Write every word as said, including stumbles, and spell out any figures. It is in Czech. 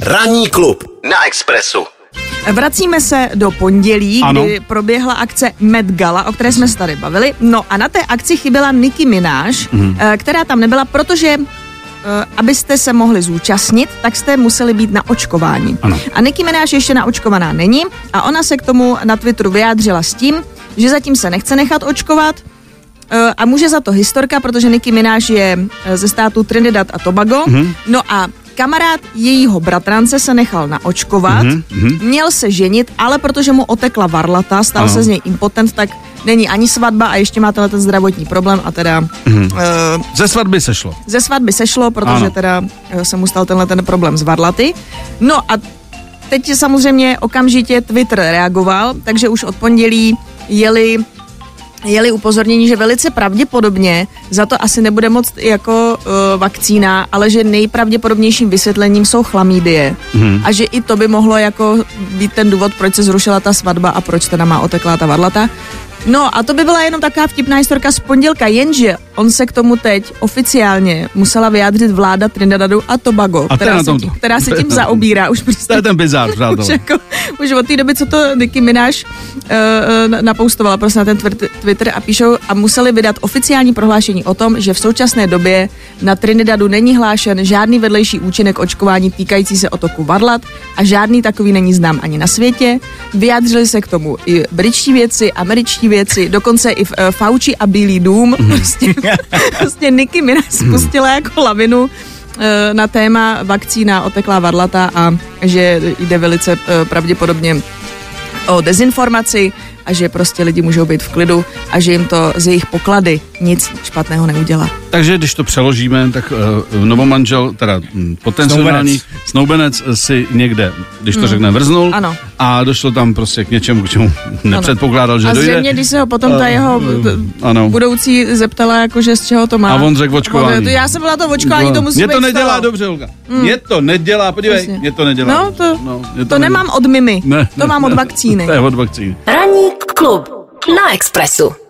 Ranní klub na Expressu. Vracíme se do pondělí, ano. kdy proběhla akce Met Gala, o které jsme se tady bavili. No a na té akci chyběla Nicki Minaj, mm. která tam nebyla, protože abyste se mohli zúčastnit, tak jste museli být na očkování. Ano. A Nicki Minaj ještě naočkovaná není a ona se k tomu na Twitteru vyjádřila s tím, že zatím se nechce nechat očkovat a může za to historka, protože Nicki Minaj je ze státu Trinidad a Tobago. Mm. No a kamarád jejího bratrance se nechal naočkovat, mm-hmm. měl se ženit, ale protože mu otekla varlata, stal ano. se z něj impotent, tak není ani svatba a ještě má tenhle ten zdravotní problém a teda... Mm-hmm. Uh, ze svatby sešlo. Ze svatby sešlo, protože ano. teda se mu stal tenhle ten problém z varlaty. No a teď samozřejmě okamžitě Twitter reagoval, takže už od pondělí jeli... jeli upozornění, že velice pravděpodobně za to asi nebude moc jako uh, vakcína, ale že nejpravděpodobnějším vysvětlením jsou chlamydie. Mm. A že i to by mohlo jako být ten důvod, proč se zrušila ta svatba a proč teda má oteklá ta varlata. No a to by byla jenom taková vtipná historka z pondělka, jenže on se k tomu teď oficiálně musela vyjádřit vláda Trinidadu a Tobago, a která, se tím, která se tím zaobírá. Už prostě, to je ten bizár, přátel. Už, jako, už od té doby, co to Nicki Minaj uh, napoustovala prostě na ten Twitter a píšou a museli vydat oficiální prohlášení o tom, že v současné době na Trinidadu není hlášen žádný vedlejší účinek očkování týkající se otoku varlat a žádný takový není znám ani na světě. Vyjádřili se k tomu i britští vědci, američtí věci, dokonce i uh, Fauci a Bílý dům. Prostě, prostě Nicki Minaj spustila jako lavinu uh, na téma vakcína oteklá varlata a že jde velice uh, pravděpodobně o dezinformaci a že prostě lidi můžou být v klidu a že jim to z jejich poklady nic špatného neudělá. Takže když to přeložíme, tak uh, novomanžel, teda potenciální snoubenec si někde, když to hmm. řekne, vrznul ano. a došlo tam prostě k něčemu, k čemu nepředpokládal, že a dojde. A zřejmě, když se ho potom ta jeho uh, budoucí zeptala, jakože z čeho to má. A on řekl očkování. To já jsem byla to očkování, to musí Mě být to nedělá stalo. dobře, Olga. Hmm. Mě to nedělá, podívej, mě to nedělá. No, to, no, to, to, to nemám od mimy, ne, to ne, mám ne, od vakcíny. To je od vakcíny. Ranní klub na Expressu.